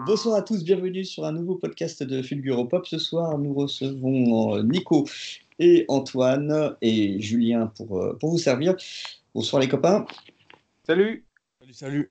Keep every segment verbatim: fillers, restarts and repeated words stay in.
Bonsoir à tous, bienvenue sur un nouveau podcast de Fulguropop. Ce soir, nous recevons euh, Nico et Antoine et Julien pour, euh, pour vous servir. Bonsoir les copains. Salut. Salut, salut.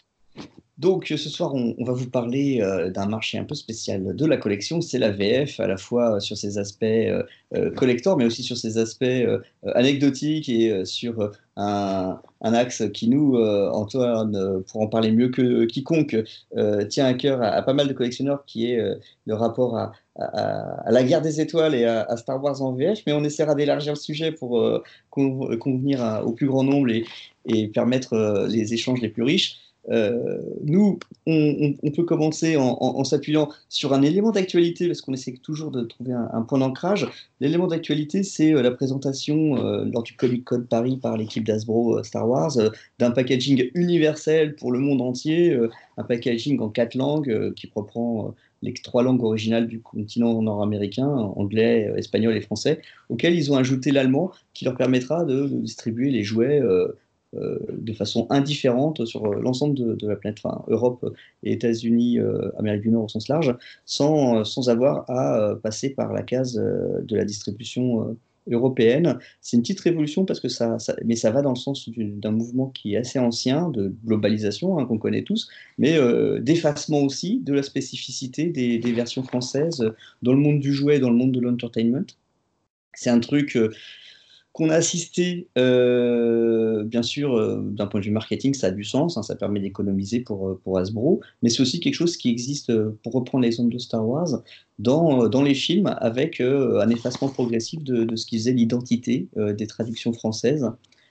Donc ce soir, on, on va vous parler euh, d'un marché un peu spécial de la collection. C'est la V F, à la fois sur ses aspects euh, euh, collector, mais aussi sur ses aspects euh, anecdotiques et euh, sur euh, un, un axe qui nous, euh, Antoine, euh, pour en parler mieux que quiconque, euh, tient à cœur à, à pas mal de collectionneurs, qui est euh, le rapport à, à, à la guerre des étoiles et à, à Star Wars en V F. Mais on essaiera d'élargir le sujet pour euh, con- convenir à- au plus grand nombre et, et permettre euh, les échanges les plus riches. Euh, nous, on, on- on peut commencer en, en- en s'appuyant sur un élément d'actualité, parce qu'on essaie toujours de trouver un, un point d'ancrage. L'élément d'actualité, c'est euh, la présentation euh, lors du Comic Con Paris par l'équipe d'Hasbro euh, Star Wars euh, d'un packaging universel pour le monde entier, euh, un packaging en quatre langues euh, qui reprend euh, les trois langues originales du continent nord-américain, anglais, euh, espagnol et français, auquel ils ont ajouté l'allemand, qui leur permettra de, de distribuer les jouets euh, euh, de façon indifférente sur euh, l'ensemble de, de la planète, enfin, Europe et États-Unis, euh, Amérique du Nord au sens large, sans, euh, sans avoir à euh, passer par la case euh, de la distribution euh, européenne. C'est une petite révolution parce que ça, ça- mais ça va dans le sens du- d'un mouvement qui est assez ancien, de globalisation, hein, qu'on connaît tous, mais euh, d'effacement aussi de la spécificité des, des versions françaises dans le monde du jouet, dans le monde de l'entertainment. C'est un truc euh, qu'on a assisté, euh, bien sûr, euh, d'un point de vue marketing, ça a du sens, hein, ça permet d'économiser pour, euh, pour Hasbro, mais c'est aussi quelque chose qui existe, euh, pour reprendre l'exemple de Star Wars, dans, euh, dans les films, avec euh, un effacement progressif de, de ce qui faisait l'identité euh, des traductions françaises.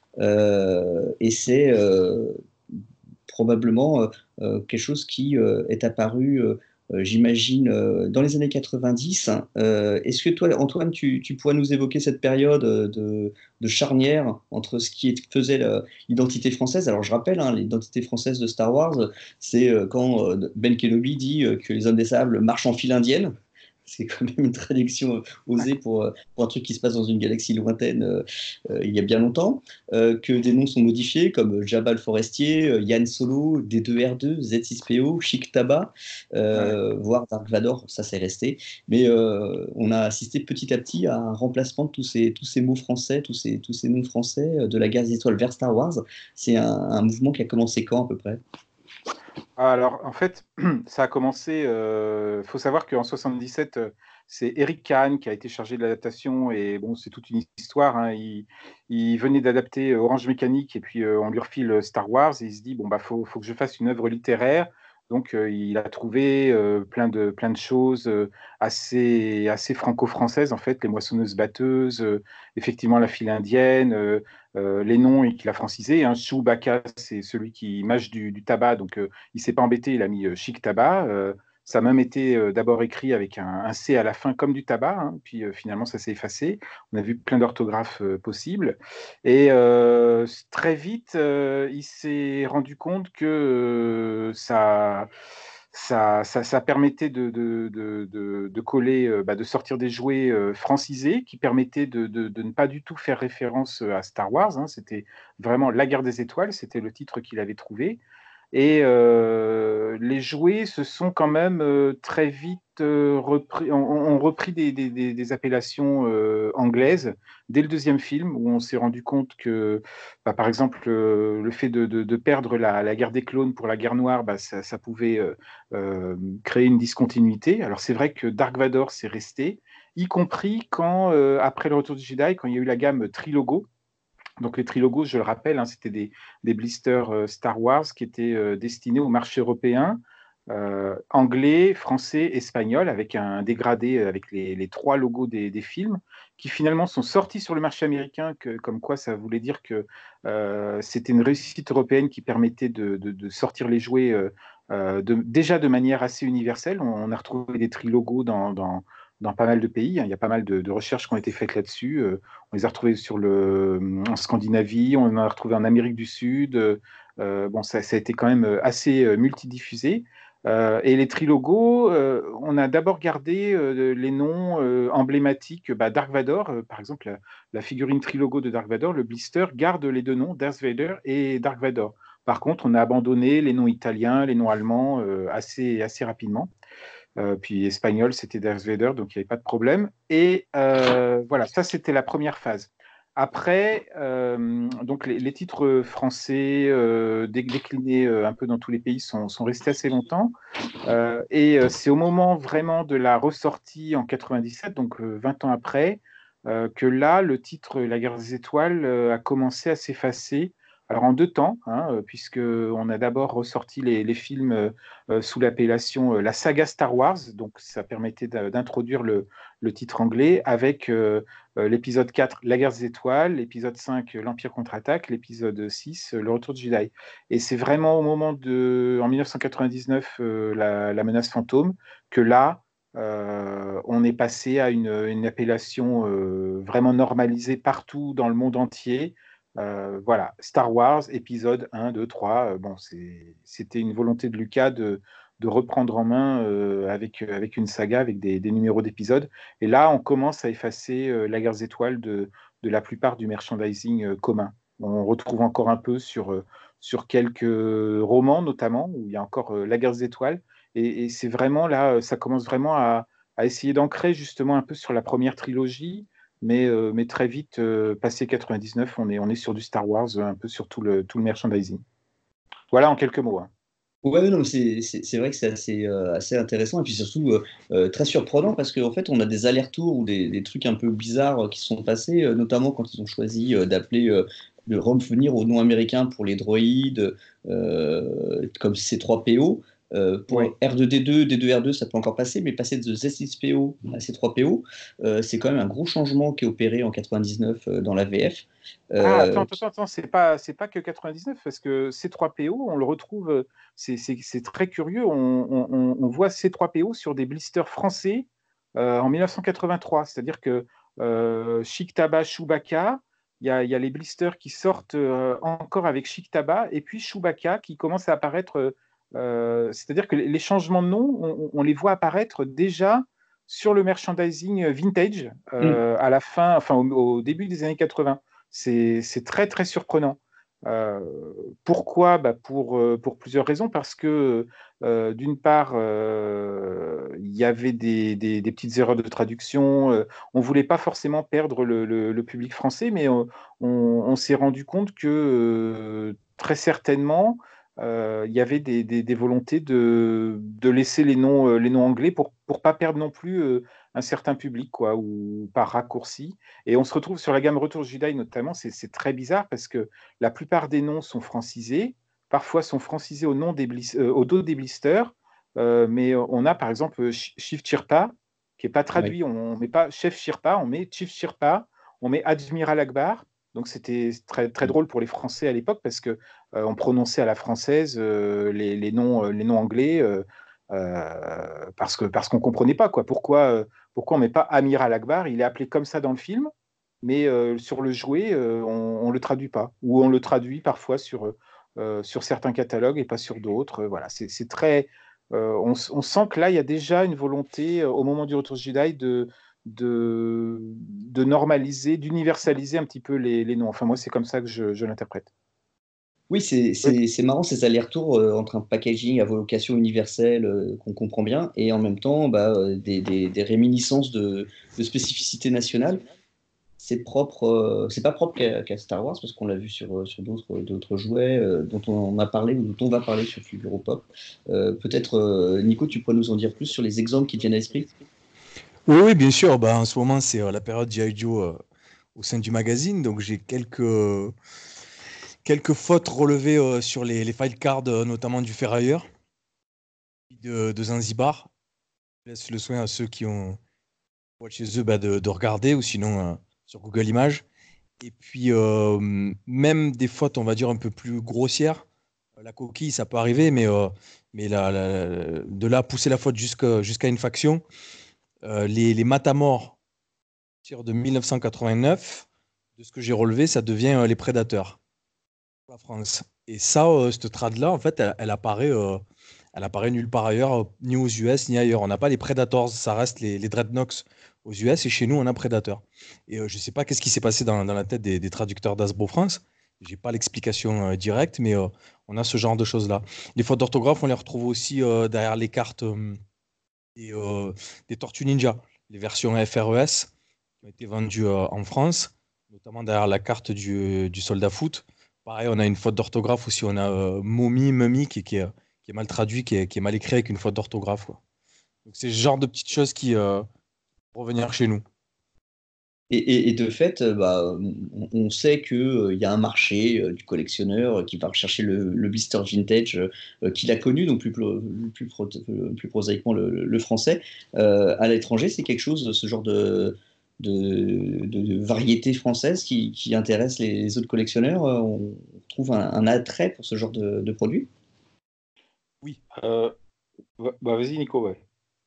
Euh, et c'est euh, probablement euh, euh, quelque chose qui euh, est apparu, euh, euh, j'imagine, euh, dans les années quatre-vingt-dix. Euh, est-ce que toi, Antoine, tu, tu pourrais nous évoquer cette période euh, de, de charnière entre ce qui est- faisait la- l'identité française? Alors, je rappelle, hein, l'identité française de Star Wars, c'est euh, quand euh, Ben Kenobi dit euh, que les hommes des sables marchent en file indienne. C'est quand même une traduction euh, osée pour, euh, pour un truc qui se passe dans une galaxie lointaine euh, euh, il y a bien longtemps. Euh, que des noms sont modifiés comme Jabba le Forestier, euh, Yann Solo, D deux R deux, Z six P O, Chic Tabac, Ouais. euh, voire Dark Vador, ça c'est resté. Mais euh, on a assisté petit à petit à un remplacement de tous ces, tous ces mots français, tous ces, tous ces noms français euh, de la guerre des étoiles vers Star Wars. C'est un, un mouvement qui a commencé quand à peu près? Alors, en fait, ça a commencé. Il faut savoir qu'en soixante-dix-sept, euh, c'est Eric Kahn qui a été chargé de l'adaptation. Et bon, c'est toute une histoire, hein. Il, il venait d'adapter Orange Mécanique et puis euh, on lui refile Star Wars. Et il se dit, bon, bah, faut, faut que je fasse une œuvre littéraire. Donc, euh, il a trouvé euh, plein de, plein de choses euh, assez, assez franco-françaises, en fait, les moissonneuses-batteuses, euh, effectivement, la file indienne. euh, euh, les noms et qu'il a francisé. Hein. Chewbacca, c'est celui qui mâche du, du tabac, donc euh, il s'est pas embêté, il a mis euh, Chic Tabac. Euh, ça a même été euh, d'abord écrit avec un, un C à la fin comme du tabac, hein, puis euh, finalement ça s'est effacé. On a vu plein d'orthographes euh, possibles. Et euh, très vite, euh, il s'est rendu compte que euh, ça, ça, ça, ça permettait de, de, de, de, de coller, euh, bah, de sortir des jouets euh, francisés qui permettaient de, de, de ne pas du tout faire référence à Star Wars. Hein. C'était vraiment La Guerre des Étoiles, c'était le titre qu'il avait trouvé. Et euh, les jouets se sont quand même euh, très vite euh, repris, ont, ont repris des, des, des, des appellations euh, anglaises dès le deuxième film, où on s'est rendu compte que, bah, par exemple, euh, le fait de, de, de perdre la, la, guerre des clones pour la guerre noire, bah, ça, ça, pouvait euh, euh, créer une discontinuité. Alors c'est vrai que Dark Vador s'est resté, y compris quand, euh, après le Retour du Jedi, quand il y a eu la gamme Trilogo. Donc les trilogos, je le rappelle, hein, c'était des, des blisters euh, Star Wars qui étaient euh, destinés au marché européen, euh, anglais, français, espagnol, avec un dégradé euh, avec les, les trois logos des, des, films, qui finalement sont sortis sur le marché américain, que, comme quoi ça voulait dire que euh, c'était une réussite européenne qui permettait de, de, de sortir les jouets euh, euh, de, déjà de manière assez universelle. On, on a retrouvé des trilogos dans, dans, dans pas mal de pays, hein. Il y a pas mal de, de recherches qui ont été faites là-dessus. Euh, on les a retrouvés sur le, en Scandinavie, on en a retrouvé en Amérique du Sud. Euh, bon, ça, ça a été quand même assez euh, multidiffusé. Euh, et les trilogos, euh, on a d'abord gardé euh, les noms euh, emblématiques. Bah, Dark Vador, euh, par exemple, la, la, figurine trilogo de Dark Vador, le blister garde les deux noms, Darth Vader et Dark Vador. Par contre, on a abandonné les noms italiens, les noms allemands euh, assez, assez rapidement. Euh, puis espagnol, c'était Darth Vader, donc il n'y avait pas de problème. Et euh, voilà, ça c'était la première phase. Après, euh, donc les, les titres français euh, déclinés euh, un peu dans tous les pays sont, sont restés assez longtemps. Euh, et euh, c'est au moment vraiment de la ressortie en quatre-vingt-dix-sept, donc euh, vingt ans après, euh, que là, le titre La Guerre des Étoiles euh, a commencé à s'effacer. Alors en deux temps, hein, euh, puisque on a d'abord ressorti les, les films euh, euh, sous l'appellation euh, la saga Star Wars, donc ça permettait d'introduire le, le, titre anglais avec euh, euh, l'épisode quatre, La Guerre des Étoiles, l'épisode cinq, L'Empire contre-attaque, l'épisode six, Le Retour de Jedi. Et c'est vraiment au moment de, en mille neuf cent quatre-vingt-dix-neuf, euh, la, la menace fantôme, que là, euh, on est passé à une, une appellation euh, vraiment normalisée partout dans le monde entier. Euh, voilà, Star Wars, épisode un, deux, trois. Euh, bon, c'était une volonté de Lucas de, de reprendre en main euh, avec, avec une saga, avec des, des numéros d'épisodes. Et là, on commence à effacer euh, la guerre des étoiles de, de la plupart du merchandising euh, commun. On retrouve encore un peu sur, euh, sur quelques romans, notamment, où il y a encore euh, la guerre des étoiles. Et, et c'est vraiment là, ça commence vraiment à, à essayer d'ancrer justement un peu sur la première trilogie. Mais, euh, mais très vite, euh, passé quatre-vingt-dix-neuf, on est, on est sur du Star Wars, un peu sur tout le, tout le merchandising. Voilà en quelques mots. Hein. Ouais, non, c'est c'est- c'est vrai que c'est assez, euh, assez intéressant et puis surtout euh, euh, très surprenant parce qu'en fait, on a des allers-retours ou des, des trucs un peu bizarres euh, qui se sont passés, euh, notamment quand ils ont choisi euh, d'appeler, euh, de revenir au nom américain pour les droïdes, euh, comme C trois P O. Euh, pour Ouais. R deux D deux, D deux R deux, ça peut encore passer, mais passer de Z six P O à C trois P O, euh, c'est quand même un gros changement qui est opéré en quatre-vingt-dix-neuf euh, dans la V F. Ah, attends, Euh, attends, attends, c'est pas, c'est pas que quatre-vingt-dix-neuf, parce que C trois P O, on le retrouve, euh, c'est c'est- c'est très curieux, on, on- on voit C trois P O sur des blisters français euh, en mille neuf cent quatre-vingt-trois, c'est-à-dire que euh, Chic Tabac, Chewbacca, il y a, il y a les blisters qui sortent euh, encore avec Chic Tabac, et puis Chewbacca qui commence à apparaître, euh, c'est-à-dire que les changements de nom, on, on les voit apparaître déjà sur le merchandising vintage hum, euh, à la fin, enfin au, au début des années quatre-vingts. C'est très, très surprenant. Euh, pourquoi bah pour, euh, pour plusieurs raisons. Parce que, euh, d'une part, euh, il y avait des, des, des, petites erreurs de traduction. Euh, on ne voulait pas forcément perdre le, le, le public français, mais on, on, on s'est rendu compte que euh, très certainement, euh, il y avait des, des, des volontés de, de, laisser les noms, euh, les noms anglais pour ne pas perdre non plus euh, un certain public, quoi, ou par raccourci. Et on se retrouve sur la gamme Retour Jedi notamment, c'est très bizarre parce que la plupart des noms sont francisés, parfois sont francisés au, nom des euh, au dos des blisters, euh, mais on a par exemple Chief Chirpa, qui n'est pas ouais. traduit, on ne met pas Chef Chirpa, on met Chief Chirpa, on met Admiral Akbar. Donc c'était très, très drôle pour les Français à l'époque parce que euh, on prononçait à la française euh, les, les, noms, euh, les noms anglais euh, euh, parce que parce qu'on comprenait pas quoi. Pourquoi euh, pourquoi on met pas Amiral Akbar? Il est appelé comme ça dans le film, mais euh, sur le jouet, euh, on ne le traduit pas. Ou on le traduit parfois sur, euh, sur certains catalogues et pas sur d'autres. Euh, Voilà, c'est très. Euh, on, on sent que là, il y a déjà une volonté, euh, au moment du Retour de Jedi, de, de, de normaliser, d'universaliser un petit peu les, les noms. Enfin, moi, c'est comme ça que je, je l'interprète. Oui, c'est Oui. c'est- c'est marrant ces allers-retours euh, entre un packaging à vocation universelle euh, qu'on comprend bien et en même temps bah, euh, des, des- des réminiscences de, de spécificité nationale. C'est propre, euh, c'est pas propre qu'à qu'à Star Wars parce qu'on l'a vu sur, euh, sur d'autres d'autres jouets euh, dont on a parlé ou dont on va parler sur Figaro Pop. Euh, peut-être, euh, Nico, tu pourrais nous en dire plus sur les exemples qui te viennent à l'esprit? Oui, oui, bien sûr. Bah, en ce moment, c'est euh, la période G I. Joe euh, au sein du magazine. Donc, j'ai quelques, quelques fautes relevées euh, sur les, les file cards, euh, notamment du ferrailleur de, de Zanzibar. Je laisse le soin à ceux qui ont ouais, chez eux bah, de, de regarder ou sinon euh, sur Google Images. Et puis, euh, même des fautes, on va dire, un peu plus grossières. La coquille, ça peut arriver, mais, euh, mais la- la- de là à pousser la faute jusqu'à jusqu'à une faction, euh, les, les matamors partir de mille neuf cent quatre-vingt-neuf, de ce que j'ai relevé, ça devient euh, les prédateurs pour la France. Et ça, euh, cette trad-là, en fait, elle, elle apparaît, euh, elle apparaît nulle part ailleurs, euh, ni aux U S, ni ailleurs. On n'a pas les Predators, ça reste les, les Dreadnoks aux U S, et chez nous, on a Predator. Et euh, je ne sais pas qu'est-ce qui s'est passé dans, dans la tête des, des traducteurs d'Asbro France. J'ai pas l'explication euh, directe, mais euh, on a ce genre de choses-là. Les fautes d'orthographe, on les retrouve aussi euh, derrière les cartes euh, des, euh, des Tortues Ninja, les versions F R E S qui ont été vendues euh, en France, notamment derrière la carte du, du soldat foot. Pareil, on a une faute d'orthographe aussi, on a euh, Mommy, Mummy qui, qui est, qui est mal traduit, qui est, qui est mal écrit avec une faute d'orthographe, quoi. Donc c'est ce genre de petites choses qui euh, vont revenir chez nous. Et, et- et de fait, euh, bah, on, on sait qu'il y a un marché euh, du collectionneur euh, qui va rechercher le, le blister vintage euh, euh, qu'il a connu, donc plus, pro- plus, pro- euh, plus prosaïquement le, le français. Euh, à l'étranger, c'est quelque chose, ce genre de, de, de- de variété française qui, qui intéresse les autres collectionneurs. Euh, On trouve un, un attrait pour ce genre de, de produit. Oui. Euh, va- bah, vas-y, Nico, ouais.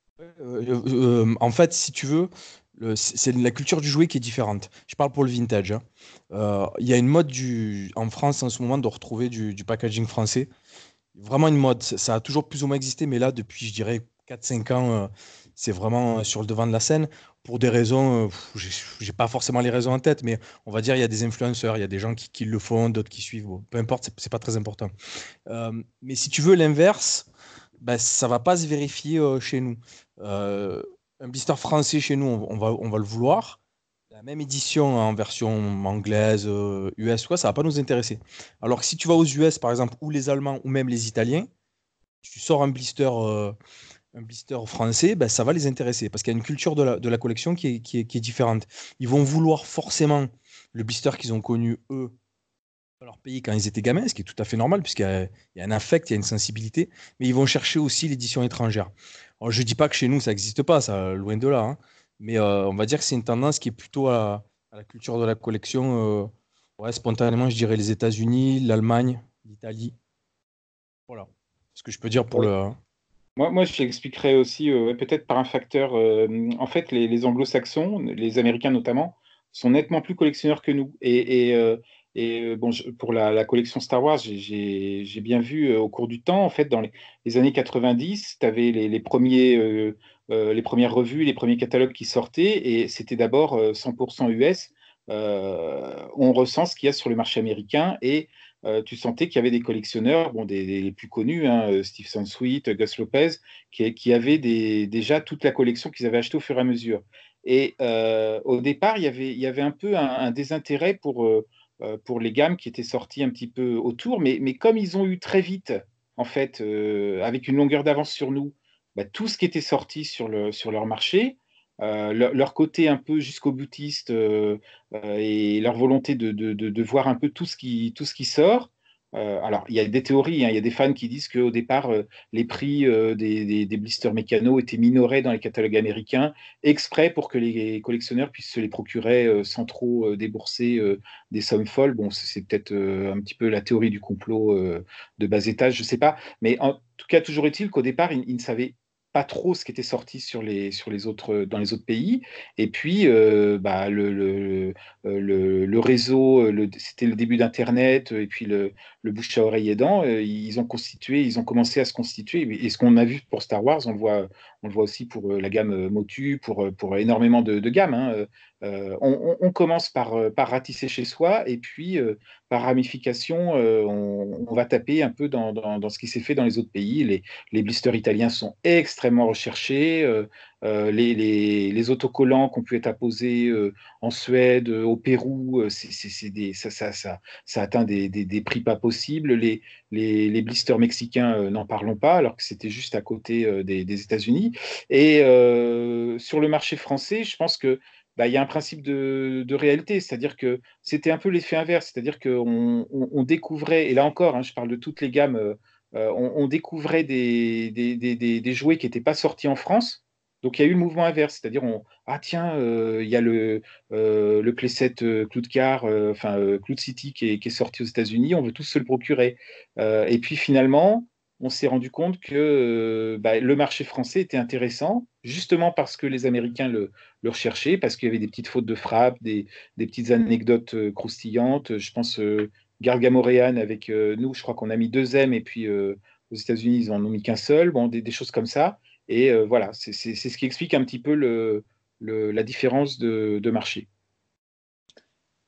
Euh, euh, en fait, si tu veux, le- c'est c'est la culture du jouet qui est différente. Je parle pour le vintage, hein. Euh, Il y a une mode du, en France en ce moment de retrouver du, du packaging français. Vraiment une mode. Ça ça a toujours plus ou moins existé, mais là, depuis, je dirais, quatre cinq ans, euh, c'est vraiment euh, sur le devant de la scène. Pour des raisons, euh, pff, j'ai j'ai pas forcément les raisons en tête, mais on va dire, il y a des influenceurs, il y a des gens qui, qui le font, d'autres qui suivent. Bon, peu importe, c'est c'est pas très important. Euh, mais si tu veux l'inverse, ben, ça va pas se vérifier euh, chez nous. Euh, un blister français chez nous, on, on va, on va le vouloir. La même édition en version anglaise, euh, U S, quoi, ça va pas nous intéresser. Alors que si tu vas aux U S, par exemple, ou les Allemands, ou même les Italiens, tu sors un blister, euh, un blister français, ben, ça va les intéresser parce qu'il y a une culture de la, de la collection qui est, qui est, qui est différente. Ils vont vouloir forcément le blister qu'ils ont connu, eux, dans leur pays quand ils étaient gamins, ce qui est tout à fait normal, puisqu'il y a, il y a un affect, il y a une sensibilité, mais ils vont chercher aussi l'édition étrangère. Alors, je ne dis pas que chez nous, ça n'existe pas, ça, loin de là, hein, mais euh, on va dire que c'est une tendance qui est plutôt à, à la culture de la collection. Euh, ouais, spontanément, je dirais les États-Unis, l'Allemagne, l'Italie. Voilà ce que je peux dire pour Ouais. le. Moi, moi, je l'expliquerai aussi euh, ouais, peut-être par un facteur. Euh, en fait, les, les Anglo-Saxons, les Américains notamment, sont nettement plus collectionneurs que nous. Et, et, euh, et, euh, bon, je- pour la, la collection Star Wars, j'ai j'ai- j'ai bien vu euh, au cours du temps, en fait, dans les, les années quatre-vingt-dix, tu avais les, les premiers, euh, euh, les premières revues, les premiers catalogues qui sortaient, et c'était d'abord euh, cent pour cent U S. Euh, on ressent ce qu'il y a sur le marché américain et euh, tu sentais qu'il y avait des collectionneurs, bon, des, des les plus connus, hein, euh, Steve Sansweet, Gus Lopez, qui, qui avaient des, déjà toute la collection qu'ils avaient achetée au fur et à mesure. Et euh, au départ, il y avait, il y avait un peu un, un désintérêt pour, euh, euh, pour les gammes qui étaient sorties un petit peu autour, mais, mais comme ils ont eu très vite, en fait, euh, avec une longueur d'avance sur nous, bah, tout ce qui était sorti sur, le, sur leur marché, euh, leur, leur côté un peu jusqu'au boutiste, euh, euh, et leur volonté de, de, de, de voir un peu tout ce qui, tout ce qui sort. Euh, alors, il y a des théories, hein, il y a des fans qui disent qu'au départ, euh, les prix euh, des, des, des blisters mécano étaient minorés dans les catalogues américains, exprès pour que les collectionneurs puissent se les procurer euh, sans trop euh, débourser euh, des sommes folles. Bon, c'est c'est peut-être euh, un petit peu la théorie du complot euh, de bas étage, je ne sais pas. Mais en tout cas, toujours est-il qu'au départ, ils, ils ne savaient pas trop ce qui était sorti sur les, sur les autres, dans les autres pays. Et puis, euh, bah, le, le, euh, le, le réseau, euh, le- c'était le début d'Internet, euh, et puis le, le bouche à oreille aidant, euh, ils ont constitué, ils ont commencé à se constituer. Et ce qu'on a vu pour Star Wars, on le voit, on le voit aussi pour euh, la gamme euh, Motu, pour, euh, pour énormément de, de gammes, hein. Euh, on, on- on commence par, euh, par ratisser chez soi, et puis euh, par ramification, euh, on, on va taper un peu dans, dans- dans ce qui s'est fait dans les autres pays. Les, les blisters italiens sont extrêmement recherchés. Euh, euh, les, les, les autocollants qui ont pu être apposés euh, en Suède, euh, au Pérou, euh, c'est, c'est- c'est des, ça, ça, ça, ça atteint des, des- des prix pas possibles. Les, les, les blisters mexicains, euh, n'en parlons pas, alors que c'était juste à côté euh, des, des États-Unis. Et euh, sur le marché français, je pense que bah, il y a un principe de, de réalité, c'est-à-dire que c'était un peu l'effet inverse, c'est-à-dire qu'on on, on découvrait, et là encore, hein, je parle de toutes les gammes, euh, euh, on, on découvrait des, des, des, des- des jouets qui n'étaient pas sortis en France. Donc il y a eu le mouvement inverse, c'est-à-dire on, ah tiens, euh, il y a le, euh, le playset euh, Cloud Car, euh, enfin euh, Cloud City qui est, qui est sorti aux États-Unis, on veut tous se le procurer. Euh, et puis finalement, on s'est rendu compte que euh, bah, le marché français était intéressant, justement parce que les Américains le, le recherchaient, parce qu'il y avait des petites fautes de frappe, des, des petites anecdotes euh, croustillantes. Je pense euh, Gargamorean avec euh, nous, je crois qu'on a mis deux M, et puis euh, aux États-Unis, ils en ont mis qu'un seul. Bon, des, des choses comme ça. Et euh, voilà, c'est c'est- c'est ce qui explique un petit peu le, le- la différence de, de marché.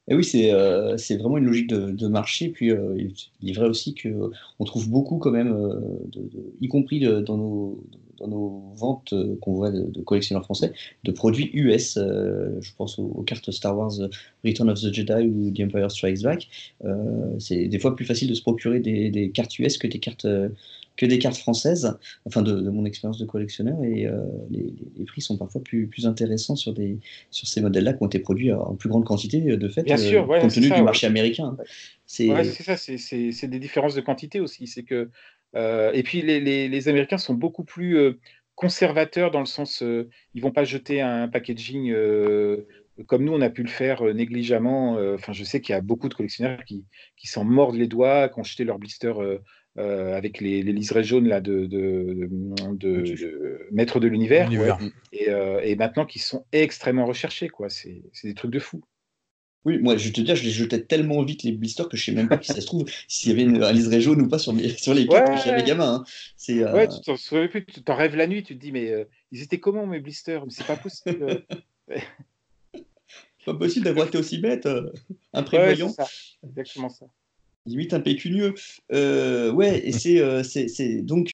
Et oui, c'est euh, c'est vraiment une logique de, de marché. Puis euh, il il est vrai aussi qu'on trouve beaucoup quand même, euh, de- de- y compris de- dans nos, dans nos ventes euh, qu'on voit de, de collectionneurs français, de produits U S. Euh, je pense aux, aux cartes Star Wars euh, Return of the Jedi ou The Empire Strikes Back. Euh, c'est des fois plus facile de se procurer des, des cartes U S que des cartes, euh, que des cartes françaises, enfin de, de mon expérience de collectionneur. Et euh, les, les- les prix sont parfois plus, plus intéressants sur des sur ces modèles-là qui ont été produits en plus grande quantité, de fait, Bien euh, sûr, ouais, compte c'est tenu du ça, ouais. marché américain. Ouais, C'est c'est ça, c'est c'est- c'est des différences de quantité aussi. C'est que, euh, et puis les, les- les Américains sont beaucoup plus euh, conservateurs dans le sens, euh, ils vont pas jeter un packaging euh, comme nous on a pu le faire euh, négligemment. Euh, Enfin, je sais qu'il y a beaucoup de collectionneurs qui, qui s'en mordent les doigts, qui ont jeté leur blister euh, euh, avec les, les liserés jaunes là de, de, de, de Maître de l'univers, ouais, L'univers. et, euh, et maintenant qui sont extrêmement recherchés, quoi. C'est c'est des trucs de fou. Oui, moi, je vais te dire, je les jetais tellement vite les blisters que je sais même pas si ça se trouve s'il y avait une, un liseré jaune ou pas sur, mes, sur les cartes que j'avais Ouais, gamin, hein. C'est ouais, euh, tu t'en souviens plus, tu t'en rêves la nuit, tu te dis, mais euh, ils étaient comment mes blisters? Mais c'est pas possible. euh. pas Des possible trucs de d'avoir été fou. aussi bête, euh, Ouais, ouais, c'est imprévoyant, ça. Exactement ça. limite impécunieux. Euh, ouais, et c'est euh, c'est c'est- donc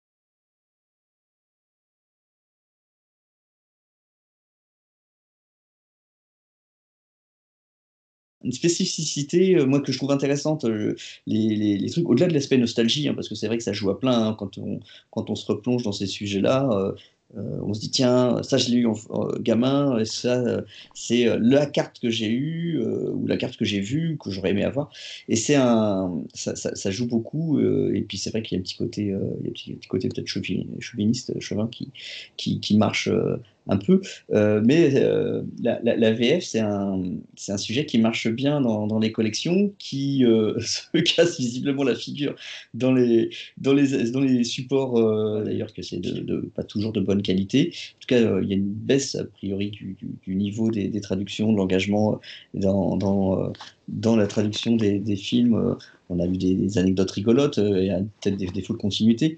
une spécificité, euh, moi, que je trouve intéressante, euh, les, les- les trucs, au-delà de l'aspect nostalgie, hein, parce que c'est vrai que ça joue à plein, hein, quand on, quand on se replonge dans ces sujets-là. Euh, euh, on se dit, tiens, ça, je l'ai eu en, en gamin, et ça, euh, c'est euh, la carte que j'ai eue, euh, ou la carte que j'ai vue, que j'aurais aimé avoir. Et c'est un, ça, ça- ça joue beaucoup, euh, et puis c'est vrai qu'il y a un petit côté, euh, il y a un petit, petit côté peut-être chauvin- chauviniste, chauvin, qui, qui, qui marche euh, un peu. Euh, mais euh, la, la- la V F, c'est un, c'est un sujet qui marche bien dans, dans les collections, qui euh, se casse visiblement la figure dans les, dans les, dans les supports, euh, d'ailleurs, que c'est de, de- pas toujours de bonne qualité. En tout cas, euh, il y a une baisse, a priori, du, du- du niveau des, des traductions, de l'engagement dans, dans, euh, dans la traduction des, des films. Euh, on a eu des, des anecdotes rigolotes, euh, et euh, peut-être des défauts de continuité.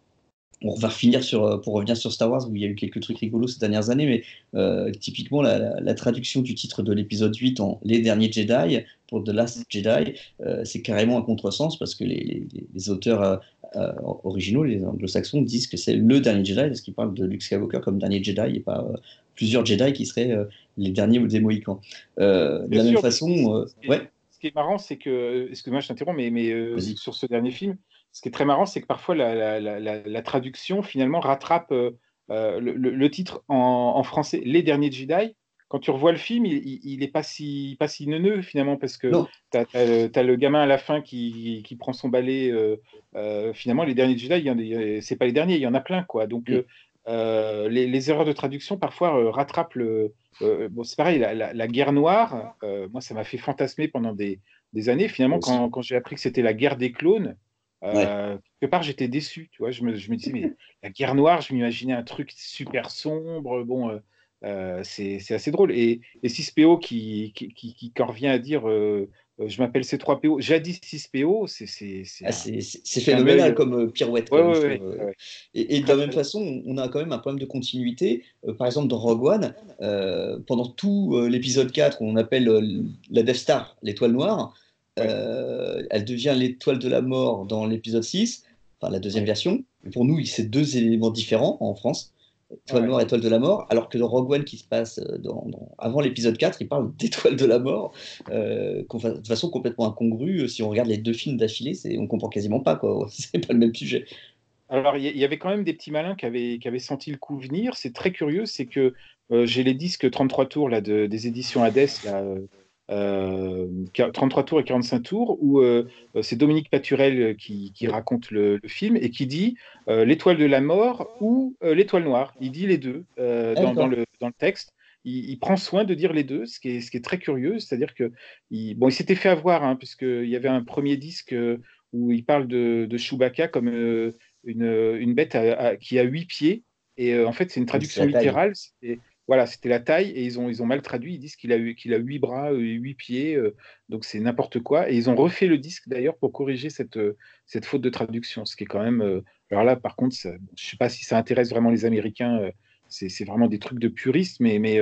On va finir sur, euh, pour revenir sur Star Wars, où il y a eu quelques trucs rigolos ces dernières années, mais euh, typiquement la, la- la traduction du titre de l'épisode huit en Les Derniers Jedi, pour The Last Jedi, euh, c'est carrément un contresens, parce que les, les- les auteurs euh, euh, originaux, les anglo-saxons, disent que c'est le dernier Jedi, parce qu'ils parlent de Luke Skywalker comme dernier Jedi, et pas euh, plusieurs Jedi qui seraient euh, les derniers des Mohicans. Euh, de Bien la même sûr, mais ce qui, façon, euh, ce qui est, ouais, ce qui est marrant, c'est que, excuse-moi, je t'interromps, mais, mais euh, vas-y. sur ce dernier film, ce qui est très marrant, c'est que parfois la, la- la- la- la traduction finalement rattrape euh, euh, le, le- le titre en, en français, Les Derniers Jedi. Quand tu revois le film, il, il, il est pas si, pas si neuneux finalement, parce que Non, tu as, le gamin à la fin qui, qui prend son balai. Euh, euh, finalement, les derniers Jedi, il y en a- c'est pas les derniers, il y en a plein, quoi. Donc, mm, euh, euh, les, les erreurs de traduction parfois euh, rattrapent le, euh, bon, c'est pareil, la, la- la guerre noire, euh, moi, ça m'a fait fantasmer pendant des, des années. moi Finalement, aussi. quand, quand j'ai appris que c'était la guerre des clones, Ouais. euh, quelque part, j'étais déçu. Tu vois, je me, je me disais, mais la guerre noire, je m'imaginais un truc super sombre. Bon, euh, euh, c'est c'est assez drôle. Et, et six P O qui, qui, qui, qui en revient à dire, euh, euh, je m'appelle C trois P O, jadis six P O, c'est c'est- c'est Ah, un c'est c'est- c'est clin d'œil. phénoménal euh, comme euh, pirouette, Ouais, quand même, ouais, je ouais, trouve. euh. ouais. Et, et de Très, la même très drôle. façon, on a quand même un problème de continuité. Euh, par exemple, dans Rogue One, euh, pendant tout euh, l'épisode quatre, où on appelle euh, la Death Star l'étoile noire, Ouais, euh, elle devient l'étoile de la mort dans l'épisode six, enfin la deuxième ouais, version. Et pour nous, c'est deux éléments différents en France. Étoile ouais. noire, étoile de la mort, alors que dans Rogue One qui se passe euh, dans, dans- avant l'épisode quatre, il parle d'étoile de la mort, euh, qu'on fa- de façon complètement incongrue. Si on regarde les deux films d'affilée, c'est, on comprend quasiment pas, quoi. C'est pas le même sujet. Alors, il y, il y avait quand même des petits malins qui avaient, qui avaient senti le coup venir. C'est très curieux, c'est que euh, j'ai les disques trente-trois tours là, de- des éditions Hades, là, euh, euh, trente-trois tours et quarante-cinq tours, où euh, euh, c'est Dominique Paturel euh, qui, qui Oui, raconte le, le film et qui dit euh, l'étoile de la mort ou euh, l'étoile noire. Il dit les deux euh, ah, dans, dans d'accord. le, dans le texte. Il, il prend soin de dire les deux, ce qui est, ce qui est très curieux. C'est-à-dire que il, bon, il s'était fait avoir, hein, puisqu'il y avait un premier disque euh, où il parle de, de Chewbacca comme euh, une, une bête à- à- qui a huit pieds. Et euh, en fait, c'est une Donc c'est traduction la taille. littérale. C'était, voilà, c'était la taille. Et ils ont, ils ont mal traduit. Ils disent qu'il a, eu- qu'il a huit bras, euh, huit pieds. Euh, donc c'est n'importe quoi. Et ils ont refait le disque d'ailleurs pour corriger cette, euh, cette faute de traduction. Ce qui est quand même. Euh, alors là, par contre, ça- bon, je ne sais pas si ça intéresse vraiment les Américains. Euh, c'est c'est vraiment des trucs de puristes. Mais, mais euh,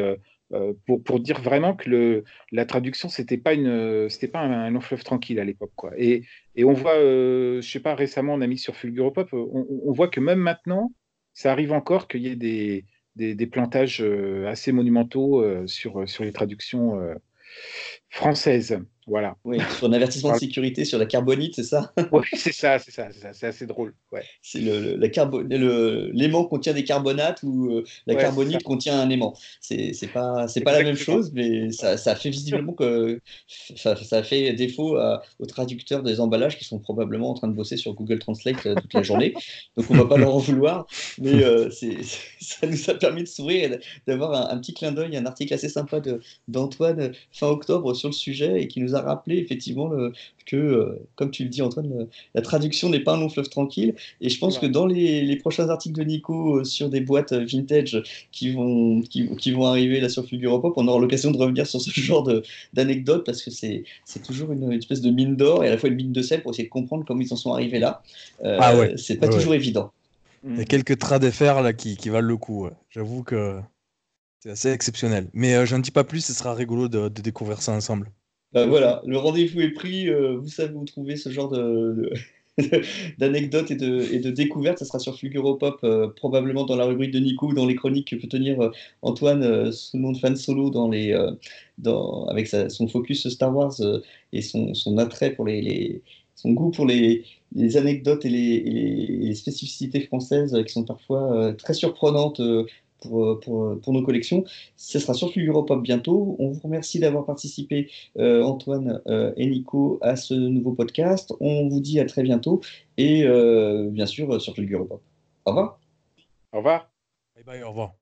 euh, pour, pour dire vraiment que le, la traduction, c'était pas une, c'était pas un, un long fleuve tranquille à l'époque, quoi. Et, et on voit, euh, je sais pas, récemment, on a mis sur Fulguropop, on, on voit que même maintenant, ça arrive encore qu'il y ait des, des, des plantages euh, assez monumentaux euh, sur, sur les traductions euh, françaises. Voilà. Oui, sur un avertissement de sécurité sur la carbonite, c'est ça? Oui, c'est ça, c'est ça, c'est ça, c'est assez drôle. Ouais, C'est le, le- la carbo- le- l'aimant contient des carbonates ou euh, la ouais, c'est ça, carbonite contient un aimant. C'est c'est pas, c'est pas la même exactement. chose, mais ça, ça fait visiblement que ça, ça fait défaut à- aux traducteurs des emballages qui sont probablement en train de bosser sur Google Translate euh, toute la journée. Donc on va pas leur en vouloir, mais euh, c'est, ça nous a permis de sourire et d'avoir un, un petit clin d'œil, un article assez sympa de, d'Antoine euh, fin octobre sur le sujet et qui nous a rappelé effectivement le- que, euh, comme tu le dis Antoine, le- la traduction n'est pas un long fleuve tranquille. Et je pense que Voilà. dans les, les prochains articles de Nico euh, sur des boîtes euh, vintage qui vont, qui, qui vont arriver là sur Fulguropop, on aura l'occasion de revenir sur ce genre de- d'anecdotes parce que c'est c'est toujours une, une espèce de mine d'or et à la fois une mine de sel pour essayer de comprendre comment ils en sont arrivés là. Ah ouais, Euh, c'est pas ouais, ouais. toujours évident. Il y a Mm. quelques trades F R là qui, qui valent le coup. Ouais. J'avoue que c'est assez exceptionnel. Mais euh, j'en dis pas plus, ce sera rigolo de, de découvrir ça ensemble. Bah, voilà, le rendez-vous est pris. Euh, vous savez où trouver ce genre de, de- d'anecdotes et de, et de découvertes. Ça sera sur Fulguropop, euh, probablement dans la rubrique de Nico ou dans les chroniques que peut tenir euh, Antoine euh, sous le nom de fan solo dans les, euh, dans, avec sa- son focus Star Wars euh, et son, son attrait pour les, les- son goût pour les, les anecdotes et les, et les- et les spécificités françaises euh, qui sont parfois euh, très surprenantes euh, pour, euh, pour, euh, pour nos collections. Ce sera sur Fulguropop bientôt. On vous remercie d'avoir participé euh, Antoine euh, et Nico à ce nouveau podcast. On vous dit à très bientôt et euh, bien sûr euh, sur Fulgur Pop. Au revoir. Au revoir. Bye bye, au revoir.